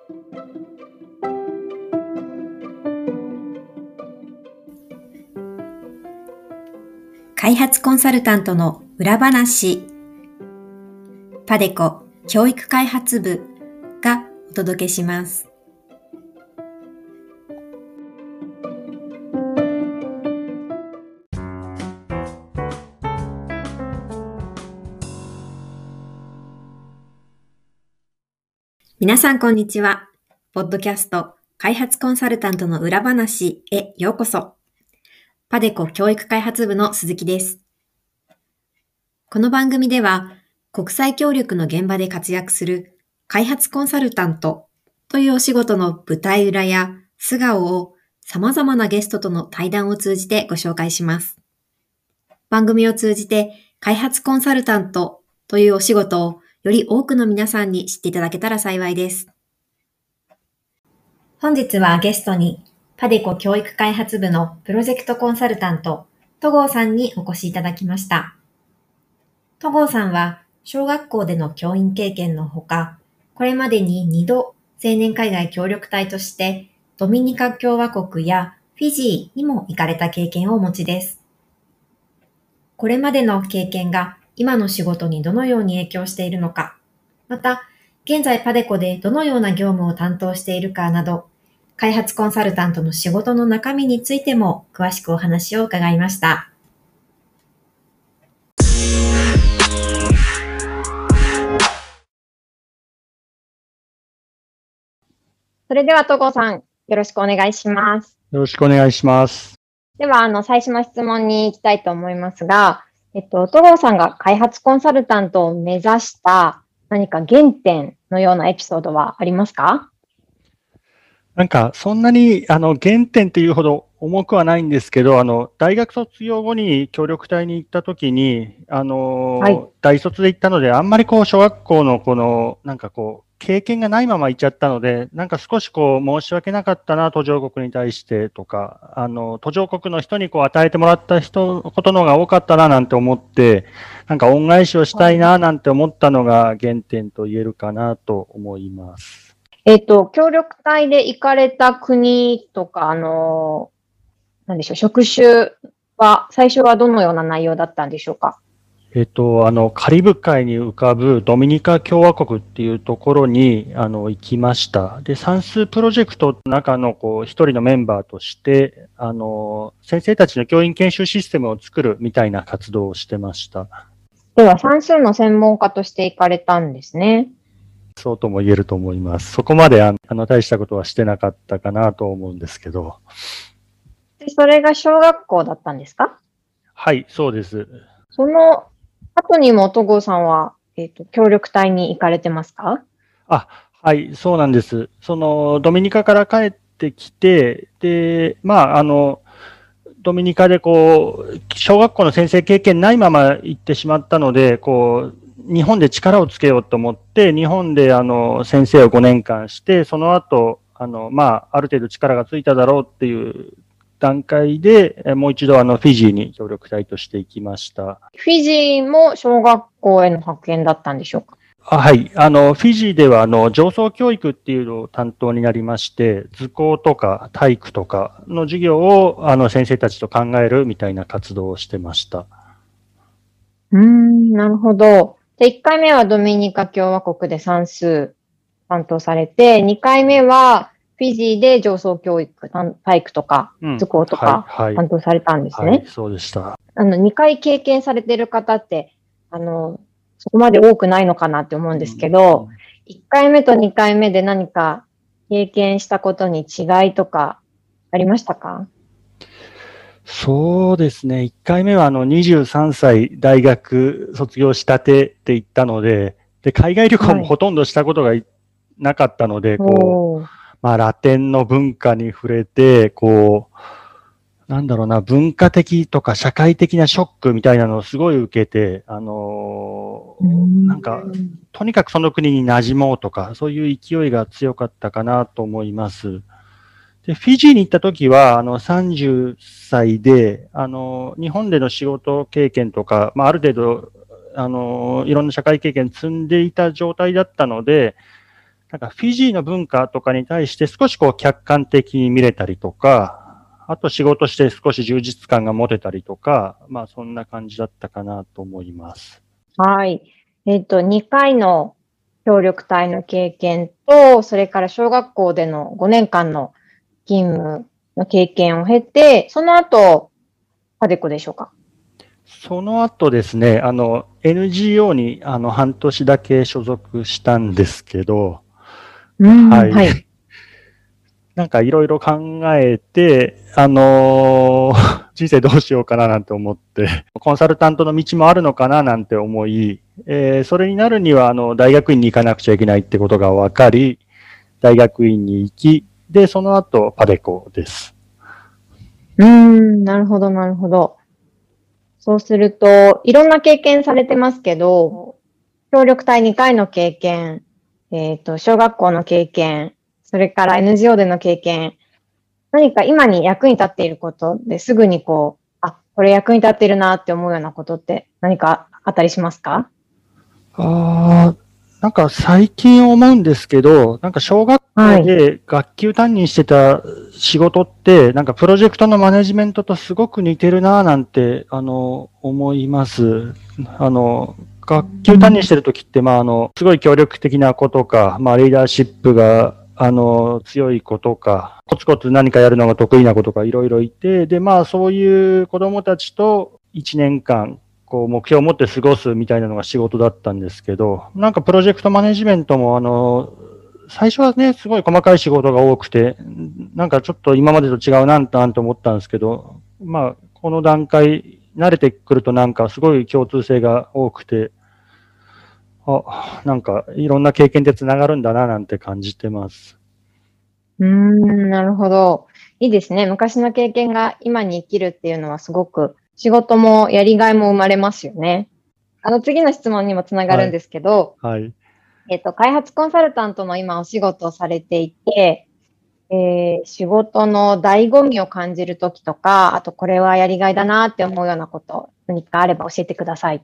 開発コンサルタントの裏話、パデコ教育開発部がお届けします。皆さんこんにちは。ポッドキャスト開発コンサルタントの裏話へようこそ。パデコ教育開発部の鈴木です。この番組では国際協力の現場で活躍する開発コンサルタントというお仕事の舞台裏や素顔を様々なゲストとの対談を通じてご紹介します。番組を通じて開発コンサルタントというお仕事をより多くの皆さんに知っていただけたら幸いです。本日はゲストにパデコ教育開発部のプロジェクトコンサルタント、戸郷さんにお越しいただきました。戸郷さんは小学校での教員経験のほか、これまでに2度青年海外協力隊としてドミニカ共和国やフィジーにも行かれた経験をお持ちです。これまでの経験が今の仕事にどのように影響しているのか、また現在パデコでどのような業務を担当しているかなど、開発コンサルタントの仕事の中身についても詳しくお話を伺いました。それでは戸郷さん、よろしくお願いします。 よろしくお願いします。 では、最初の質問に行きたいと思いますが、戸郷さんが開発コンサルタントを目指した何か原点のようなエピソードはありますか？ そんなに、原点っていうほど重くはないんですけど、大学卒業後に協力隊に行った時に、大卒で行ったので、あんまり小学校の経験がないまま行っちゃったので、少し申し訳なかったな、途上国に対してとか、途上国の人に与えてもらったことの方が多かったな、なんて思って、恩返しをしたいな、なんて思ったのが原点と言えるかなと思います。 協力隊で行かれた国とか、職種は、最初はどのような内容だったんでしょうか？ カリブ海に浮かぶドミニカ共和国っていうところに、行きました。で、算数プロジェクトの中の、一人のメンバーとして、先生たちの教員研修システムを作るみたいな活動をしてました。 では、算数の専門家として行かれたんですね。 そうとも言えると思います。そこまで大したことはしてなかったかなと思うんですけど。 で、それが小学校だったんですか？ はい、そうです。 その後にも戸郷さんは、協力隊に行かれてますか？ はい、そうなんです。ドミニカから帰ってきて、で、ドミニカで小学校の先生経験ないまま行ってしまったので、日本で力をつけようと思って、日本で先生を5年間して、その後、ある程度力がついただろうっていう段階で、もう一度フィジーに協力隊として行きました。 フィジーも小学校への派遣だったんでしょうか？ はい。フィジーでは、上層教育っていうのを担当になりまして、図工とか体育とかの授業を、先生たちと考えるみたいな活動をしてました。 なるほど。で、1回目はドミニカ共和国で算数担当されて、2回目はフィジーで上層教育、体育とか図工とか担当されたんですね。 はい、そうでした。 2回経験されている方って、そこまで多くないのかなって思うんですけど、1回目と2回目で何か経験したことに違いとかありましたか？ そうですね。1回目は23歳大学卒業したてって言ったので、海外旅行もほとんどしたことがなかったので、ラテンの文化に触れて、文化的とか社会的なショックみたいなのをすごい受けて、とにかくその国に馴染もうとか、そういう勢いが強かったかなと思います。で、フィジーに行った時は、30歳で、日本での仕事経験とか、ある程度、いろんな社会経験積んでいた状態だったので、 なんかフィジーの文化とかに対して少しこう客観的に見れたりとか、あと仕事して少し充実感が持てたりとか、まあそんな感じだったかなと思います。 はい。2回の協力隊の経験と、それから小学校での5年間の勤務の経験を経て、その後、パデコでしょうか？ その後ですね、NGO に半年だけ所属したんですけど、はい。 はい。 なんかいろいろ考えて、人生どうしようかななんて思って、コンサルタントの道もあるのかななんて思い、それになるには、大学院に行かなくちゃいけないってことが分かり、大学院に行き、で、その後、パデコです。 なるほど、なるほど。そうすると、いろんな経験されてますけど、協力隊2回の経験、小学校の経験、それから NGO での経験、何か今に役に立っていることですぐにこれ役に立っているなって思うようなことって何かあったりしますか？ なんか最近思うんですけど、なんか小学校で学級担任してた仕事って、なんかプロジェクトのマネジメントとすごく似てるなぁなんて、思います。学級担任してるときって、すごい協力的な子とか、リーダーシップが、強い子とか、コツコツ何かやるのが得意な子とかいろいろいて、で、そういう子供たちと1年間、こう目標を持って過ごすみたいなのが仕事だったんですけど、なんかプロジェクトマネジメントも最初はね、すごい細かい仕事が多くて、なんかちょっと今までと違うなんて思ったんですけど、この段階、慣れてくるとなんかすごい共通性が多くて、なんかいろんな経験でつながるんだななんて感じてます。 なるほど。いいですね。昔の経験が今に生きるっていうのはすごく仕事もやりがいも生まれますよね。次の質問にもつながるんですけど、 はい。 開発コンサルタントの今お仕事をされていて、仕事の醍醐味を感じるときとか、あとこれはやりがいだなって思うようなこと、何かあれば教えてください。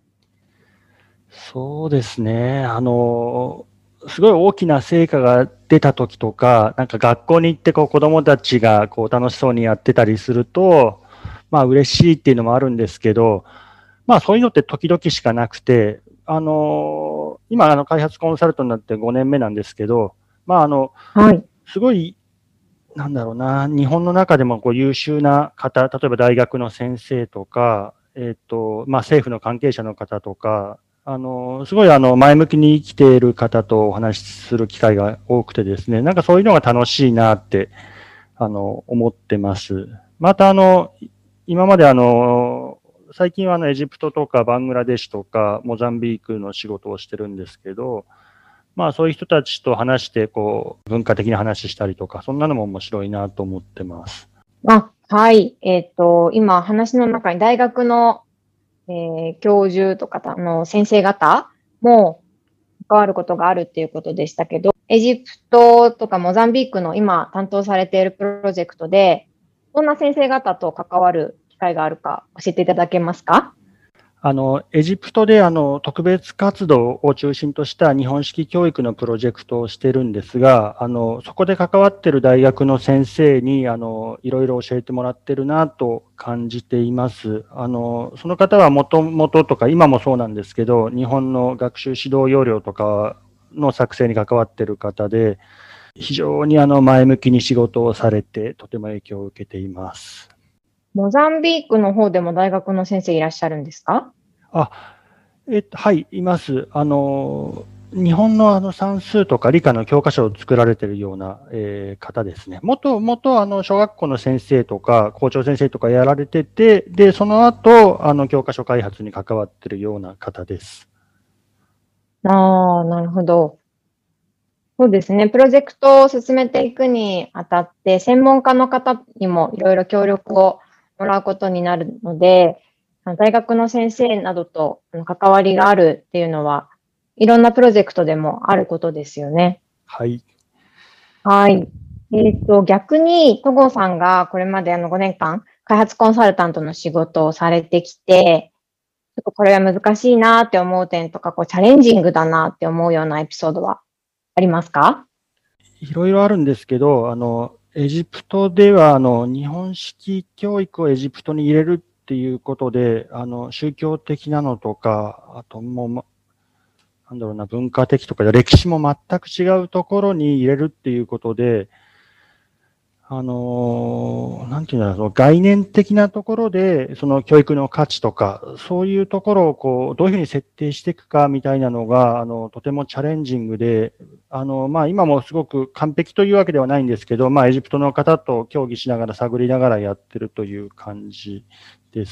そうですね。すごい大きな成果が出た時とか、なんか学校に行ってこう子供たちがこう楽しそうにやってたりすると、嬉しいっていうのもあるんですけど、そういうのって時々しかなくて、今開発コンサルトになって5年目なんですけど、 はい。 すごい、なんだろうな、日本の中でもこう優秀な方、例えば大学の先生とか、政府の関係者の方とか、すごい前向きに生きている方とお話しする機会が多くてですね、なんかそういうのが楽しいなって、思ってます。また今まで最近はエジプトとかバングラデシュとかモザンビークの仕事をしてるんですけど、そういう人たちと話して、こう、文化的な話したりとか、そんなのも面白いなと思ってます。 はい。今話の中に大学の教授とか先生方も関わることがあるっていうことでしたけど、エジプトとかモザンビークの今担当されているプロジェクトで、どんな先生方と関わる機会があるか教えていただけますか？ エジプトで特別活動を中心とした日本式教育のプロジェクトをしてるんですが、そこで関わってる大学の先生にいろいろ教えてもらってるなと感じています。その方はもともととか今もそうなんですけど、日本の学習指導要領とかの作成に関わってる方で、非常に前向きに仕事をされて、とても影響を受けています。 モザンビークの方でも大学の先生いらっしゃるんですか？ はい、います。日本の算数とか理科の教科書を作られているような、方ですね。元小学校の先生とか校長先生とかやられてて、で、その後、教科書開発に関わっているような方です。 なるほど。そうですね。プロジェクトを進めていくにあたって、専門家の方にもいろいろ協力をもらうことになるので、大学の先生などと関わりがあるっていうのは、いろんなプロジェクトでもあることですよね。 はい。 はい。逆に、戸郷さんがこれまで5年間、開発コンサルタントの仕事をされてきて、ちょっとこれは難しいなって思う点とか、チャレンジングだなって思うようなエピソードはありますか？ いろいろあるんですけど、エジプトでは、日本式教育をエジプトに入れるっていうことで、宗教的なのとか、あともう、なんだろうな、文化的とか歴史も全く違うところに入れるっていうことで、なんていうんだろう、その概念的なところで、その教育の価値とか、そういうところをこう、どういうふうに設定していくかみたいなのが、とてもチャレンジングで、今もすごく完璧というわけではないんですけど、エジプトの方と協議しながら探りながらやってるという感じです。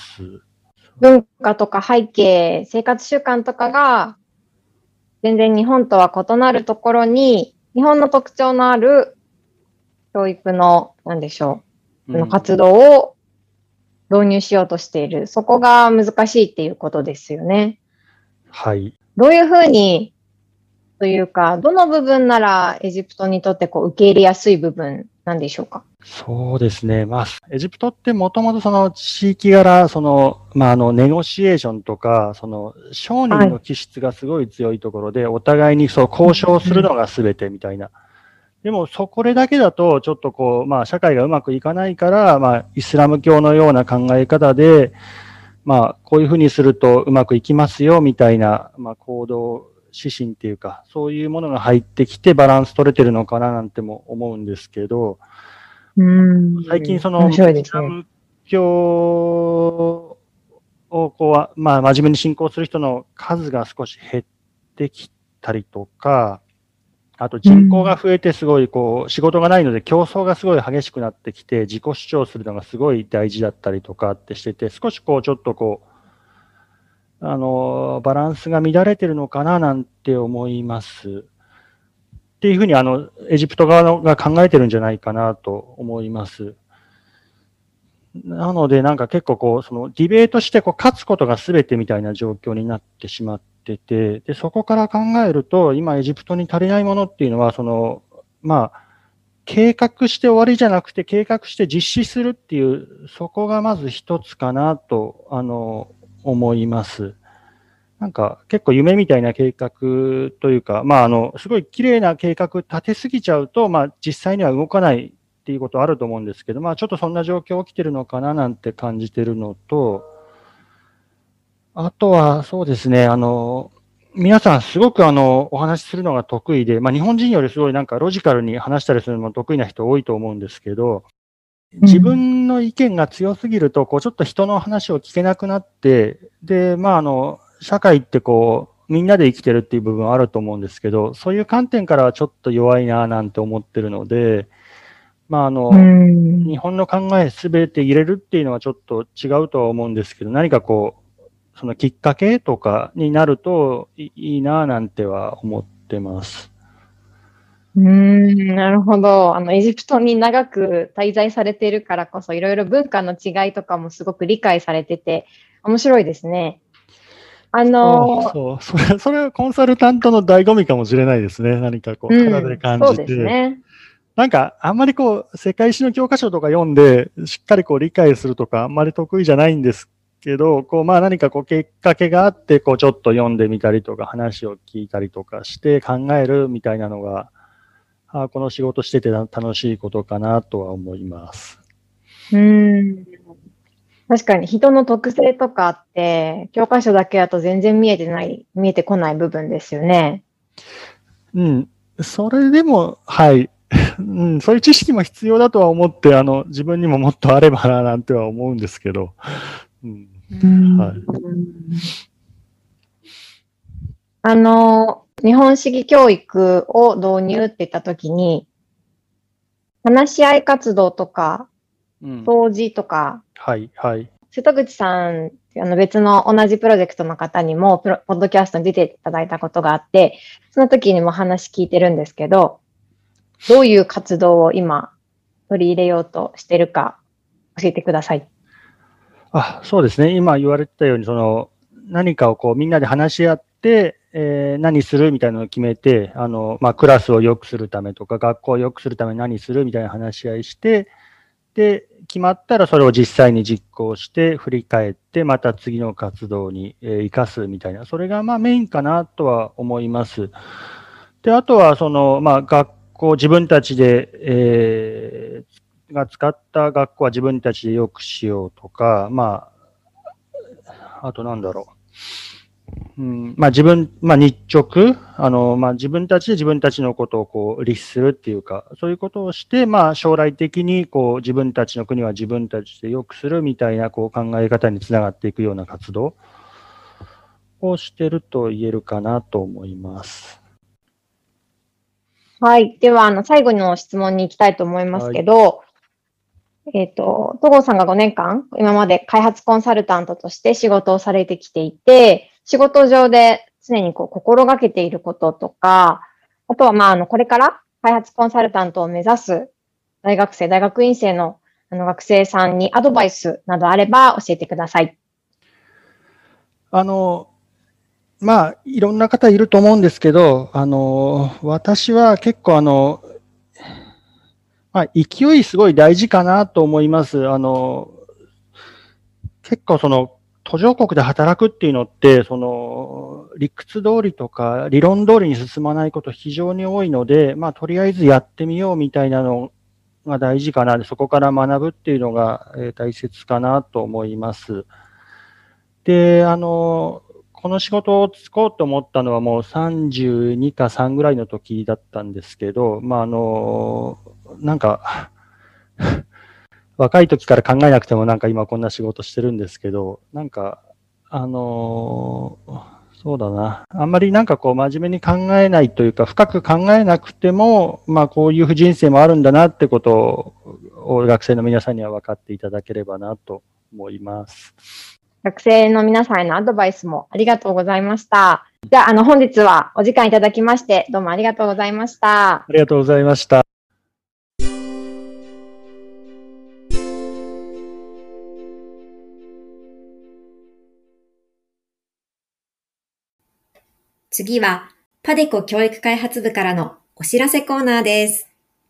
文化とか背景、生活習慣とかが、全然日本とは異なるところに、日本の特徴のある教育の、なんでしょう、活動を導入しようとしている。そこが難しいっていうことですよね。 はい。 どういうふうに、というか、どの部分ならエジプトにとってこう受け入れやすい部分なんでしょうか？ そうですね。エジプトってもともとその地域柄、ネゴシエーションとか、商人の気質がすごい強いところで、お互いにそう交渉するのが全てみたいな。でも、これだけだと、ちょっとこう、社会がうまくいかないから、イスラム教のような考え方で、こういうふうにするとうまくいきますよ、みたいな、行動指針っていうか、そういうものが入ってきてバランス取れてるのかななんても思うんですけど、最近イスラム教をこう、真面目に信仰する人の数が少し減ってきたりとか、あと人口が増えてすごいこう仕事がないので競争がすごい激しくなってきて自己主張するのがすごい大事だったりとかってしてて、少しこうちょっとこうバランスが乱れてるのかななんて思います。っていうふうにエジプト側が考えてるんじゃないかなと思います。なのでなんか結構こうそのディベートしてこう勝つことが全てみたいな状況になってしまってて、でそこから考えると今エジプトに足りないものっていうのは計画して終わりじゃなくて計画して実施するっていう、そこがまず一つかなと思います。なんか結構夢みたいな計画というか、すごい綺麗な計画立てすぎちゃうと、実際には動かないっていうことあると思うんですけど、ちょっとそんな状況起きてるのかななんて感じてるのと、あとはそうですね、皆さんすごくお話しするのが得意で、日本人よりすごいなんかロジカルに話したりするのも得意な人多いと思うんですけど、自分の意見が強すぎると、こうちょっと人の話を聞けなくなって、で、社会ってこう、みんなで生きてるっていう部分はあると思うんですけど、そういう観点からはちょっと弱いななんて思ってるので、日本の考えすべて入れるっていうのはちょっと違うとは思うんですけど、何かこう、そのきっかけとかになるといいななんては思ってます。 なるほど。エジプトに長く滞在されているからこそ、いろいろ文化の違いとかもすごく理解されてて、面白いですね。 それはコンサルタントの醍醐味かもしれないですね。何かこう、肌で感じて。 そうですね。 なんか、あんまりこう、世界史の教科書とか読んで、しっかりこう理解するとか、あんまり得意じゃないんですけど、こう、何かこう、きっかけがあって、こう、ちょっと読んでみたりとか、話を聞いたりとかして考えるみたいなのが、この仕事してて楽しいことかなとは思います。 確かに人の特性とかって、教科書だけだと全然見えてこない部分ですよね。 それでも、はい。そういう知識も必要だとは思って、自分にももっとあればな、なんては思うんですけど。 日本式教育を導入って言ったときに、話し合い活動とか、掃除とか、瀬戸口さん、別の同じプロジェクトの方にも、ポッドキャストに出ていただいたことがあって、その時にも話聞いてるんですけど、どういう活動を今取り入れようとしてるか教えてください。 そうですね。今言われてたように、何かをこうみんなで話し合って、何するみたいなのを決めて、クラスを良くするためとか、学校を良くするために何するみたいな話し合いして、で、決まったらそれを実際に実行して、振り返って、また次の活動に生かすみたいな、それがメインかなとは思います。 で、あとは、学校、自分たちで、が使った学校は自分たちで良くしようとか、あとなんだろう。日直、自分たちで自分たちのことを律するっていうか、そういうことをして、将来的に、自分たちの国は自分たちで良くするみたいな、考え方につながっていくような活動をしてると言えるかなと思います。 はい。では、最後の質問に行きたいと思いますけど、戸郷さんが5年間、今まで開発コンサルタントとして仕事をされてきていて、仕事上で常に心がけていることとか、あとは、これから開発コンサルタントを目指す大学生、大学院生の学生さんにアドバイスなどあれば教えてください。 いろんな方いると思うんですけど、私は結構勢いすごい大事かなと思います。結構途上国で働くっていうのって、理屈通りとか理論通りに進まないこと非常に多いので、とりあえずやってみようみたいなのが大事かな。そこから学ぶっていうのが大切かなと思います。で、この仕事をつこうと思ったのはもう32か3ぐらいの時だったんですけど、若い時から考えなくても今こんな仕事してるんですけど、そうだな。あんまり真面目に考えないというか、深く考えなくても、こういう人生もあるんだなってことを学生の皆さんには分かっていただければなと思います。 学生の皆さんへのアドバイスもありがとうございました。じゃあ、本日はお時間いただきまして、どうもありがとうございました。 ありがとうございました。 次は、パデコ教育開発部からのお知らせコーナーです。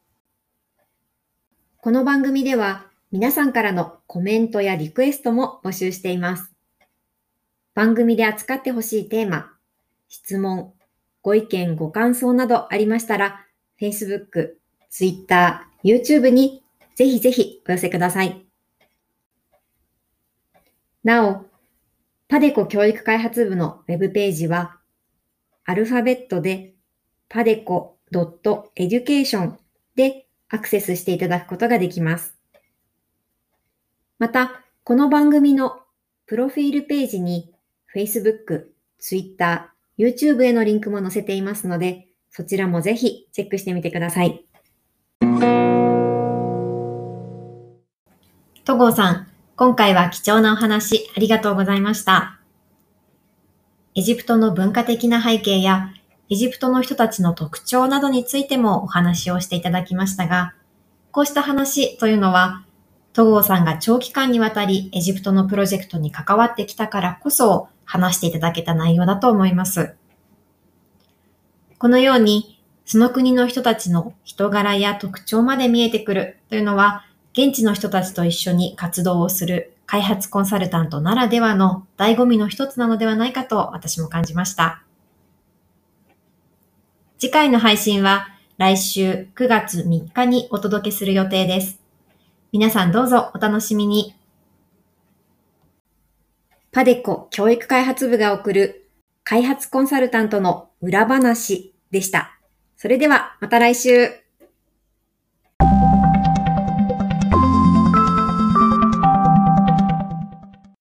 この番組では、皆さんからのコメントやリクエストも募集しています。番組で扱ってほしいテーマ、質問、ご意見、ご感想などありましたら、Facebook、Twitter、YouTube にぜひぜひお寄せください。なお、パデコ教育開発部のウェブページは、アルファベットで padeco.education でアクセスしていただくことができます。また、この番組のプロフィールページに Facebook、Twitter、YouTube へのリンクも載せていますので、そちらもぜひチェックしてみてください。戸郷さん、今回は貴重なお話ありがとうございました。エジプトの文化的な背景やエジプトの人たちの特徴などについてもお話をしていただきましたが、こうした話というのは、戸郷さんが長期間にわたりエジプトのプロジェクトに関わってきたからこそ話していただけた内容だと思います。このように、その国の人たちの人柄や特徴まで見えてくるというのは、現地の人たちと一緒に活動をする開発コンサルタントならではの醍醐味の一つなのではないかと私も感じました。次回の配信は来週9月3日にお届けする予定です。皆さんどうぞお楽しみに。パデコ教育開発部が送る開発コンサルタントの裏話でした。それではまた来週。